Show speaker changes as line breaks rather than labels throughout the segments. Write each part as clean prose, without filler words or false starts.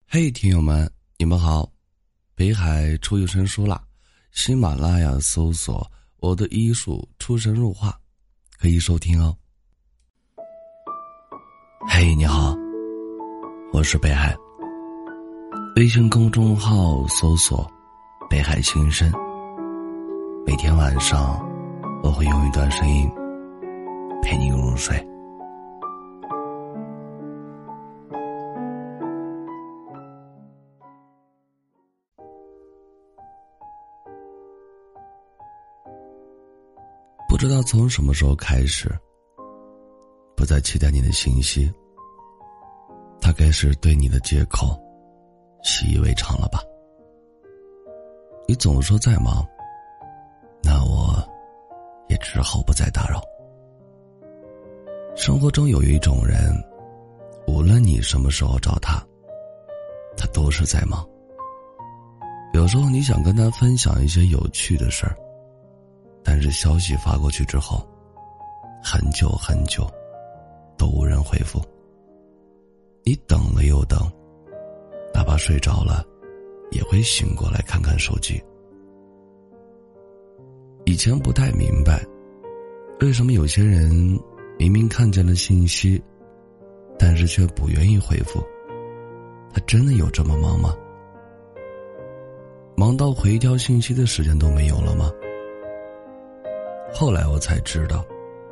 嘿，听友们，你们好！北海出有声书啦，喜马拉雅搜索我的医术出神入化，可以收听哦。嘿，你好，我是北海。微信公众号搜索北海心声，每天晚上我会用一段声音陪你入睡。不知道从什么时候开始，不再期待你的信息，大概是对你的借口习以为常了吧。你总说在忙，那我也只好不再打扰。生活中有一种人，无论你什么时候找他都是在忙。有时候你想跟他分享一些有趣的事儿，但是消息发过去之后，很久很久都无人回复。你等了又等，哪怕睡着了也会醒过来看看手机。以前不太明白，为什么有些人明明看见了信息，但是却不愿意回复。他真的有这么忙吗？忙到回条信息的时间都没有了吗？后来我才知道，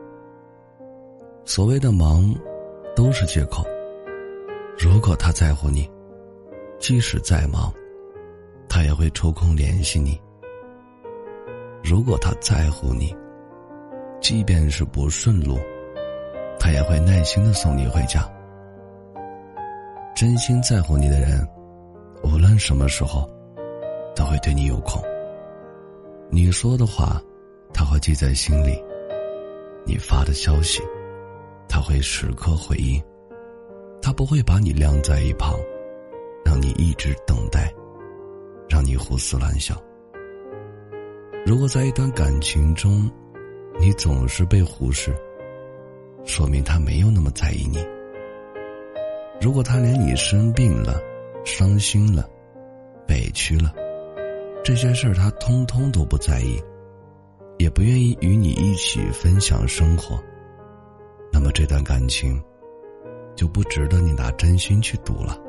所谓的忙都是借口。如果他在乎你，即使再忙，他也会抽空联系你。如果他在乎你，即便是不顺路，他也会耐心地送你回家。真心在乎你的人，无论什么时候都会对你有空。你说的话他会记在心里，你发的消息他会时刻回应，他不会把你晾在一旁，让你一直等待，让你胡思乱想。如果在一段感情中你总是被忽视，说明他没有那么在意你。如果他连你生病了、伤心了、委屈了，这些事儿他通通都不在意，也不愿意与你一起分享生活，那么这段感情就不值得你拿真心去赌了。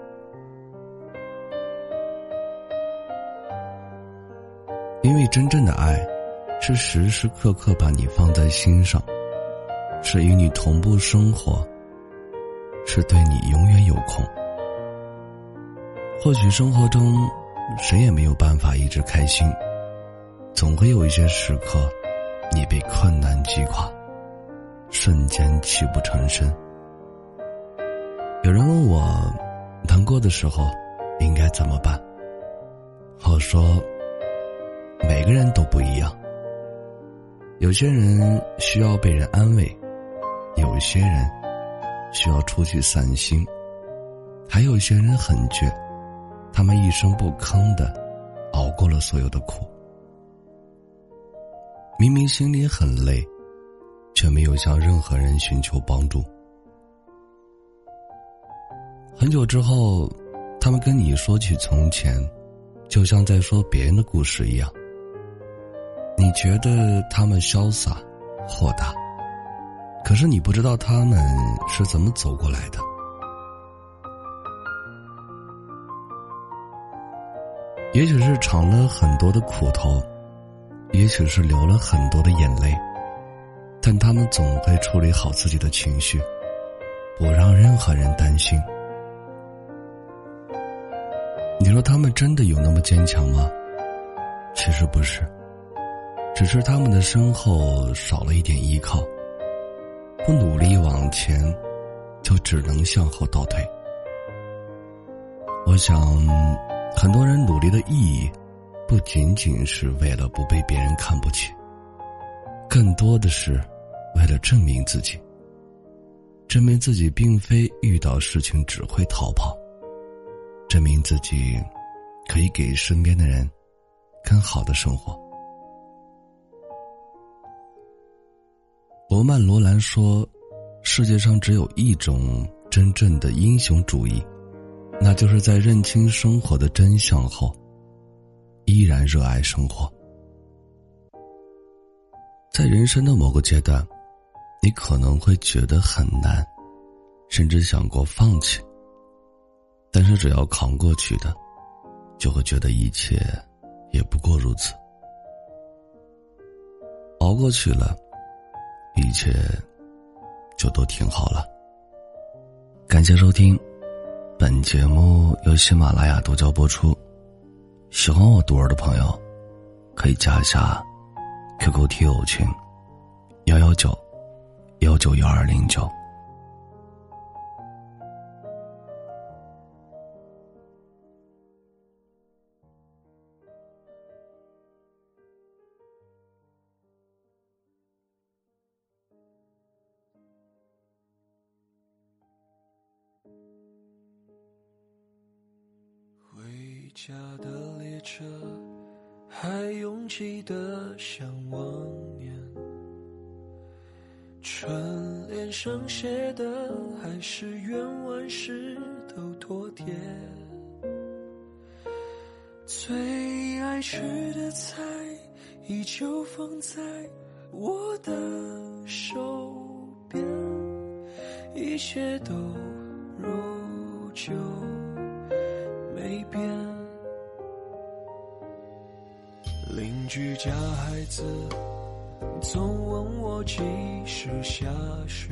因为真正的爱是时时刻刻把你放在心上，是与你同步生活，是对你永远有空。或许生活中谁也没有办法一直开心，总会有一些时刻你被困难击垮，瞬间泣不成声。有人问我难过的时候应该怎么办，我说每个人都不一样。有些人需要被人安慰，有些人需要出去散心，还有些人很倔，他们一声不吭地熬过了所有的苦。明明心里很累，却没有向任何人寻求帮助。很久之后，他们跟你说起从前，就像在说别人的故事一样。你觉得他们潇洒豁达，可是你不知道他们是怎么走过来的。也许是尝了很多的苦头，也许是流了很多的眼泪，但他们总会处理好自己的情绪，不让任何人担心。你说他们真的有那么坚强吗？其实不是，只是他们的身后少了一点依靠，不努力往前，就只能向后倒退。我想很多人努力的意义不仅仅是为了不被别人看不起，更多的是为了证明自己，证明自己并非遇到事情只会逃跑，证明自己可以给身边的人更好的生活。罗曼·罗兰说，世界上只有一种真正的英雄主义， 那就是在认清生活的真相后，依然热爱生活。在人生的某个阶段，你可能会觉得很难，甚至想过放弃，但是只要扛过去的，就会觉得一切也不过如此。熬过去了，一切就都挺好了。感谢收听，本节目由喜马拉雅独家播出。喜欢我独儿的朋友，可以加一下 QQ 听友群119191209。
回家的列车还拥挤得像往年，春联上写的还是愿万事都妥帖，最爱吃的菜依旧放在我的手边，一切都如旧没变。邻居家孩子总问我几时下雪，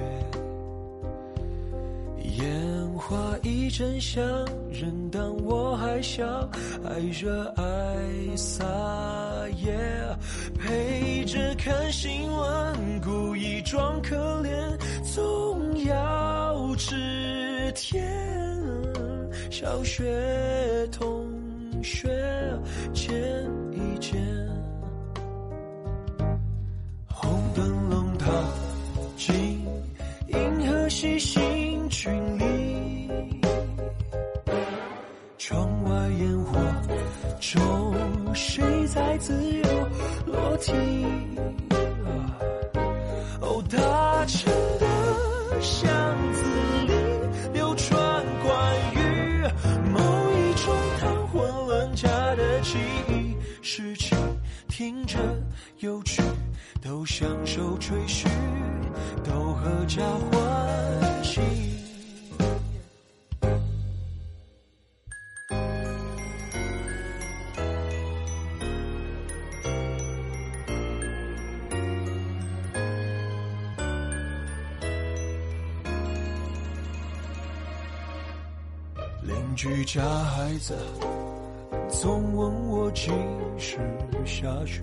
烟花一阵响，人当我还小，爱热爱撒野，陪着看新闻，故意装可怜，总要吃甜。小学同学见一见，红灯笼套进银河系星群里，窗外烟火中谁在自由落体，哦，大城的巷子里流传关于某一种谈婚论嫁的记忆，事情听着有趣，都享受吹嘘，都合家欢喜。邻居家孩子总问我几时下雪，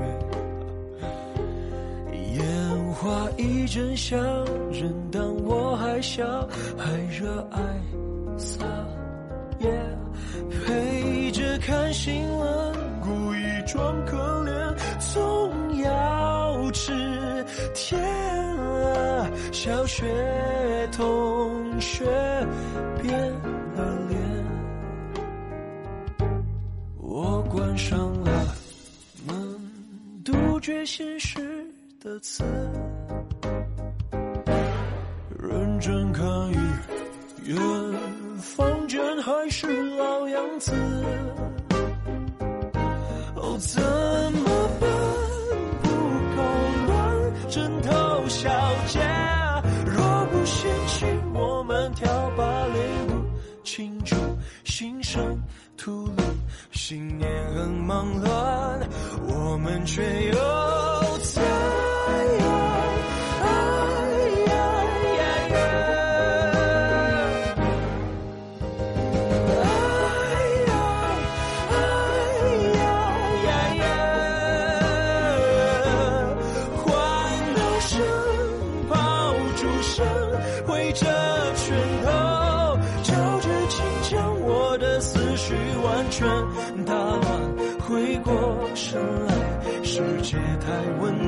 烟花一阵响，人当我还小，还热爱撒野，陪着看新闻，故意装可怜，总要吃甜。小学同学变了脸，我关上了门，杜绝现实的刺，认真看一眼，房间还是老样子。哦，怎么办？不够乱，枕头小姐，若不嫌弃我们跳芭蕾舞，庆祝新生吐露，新年很忙乱，我们却又在欢乐声、爆竹声挥着拳头，照着镜将我的思绪完全打乱，回过神来，世界太温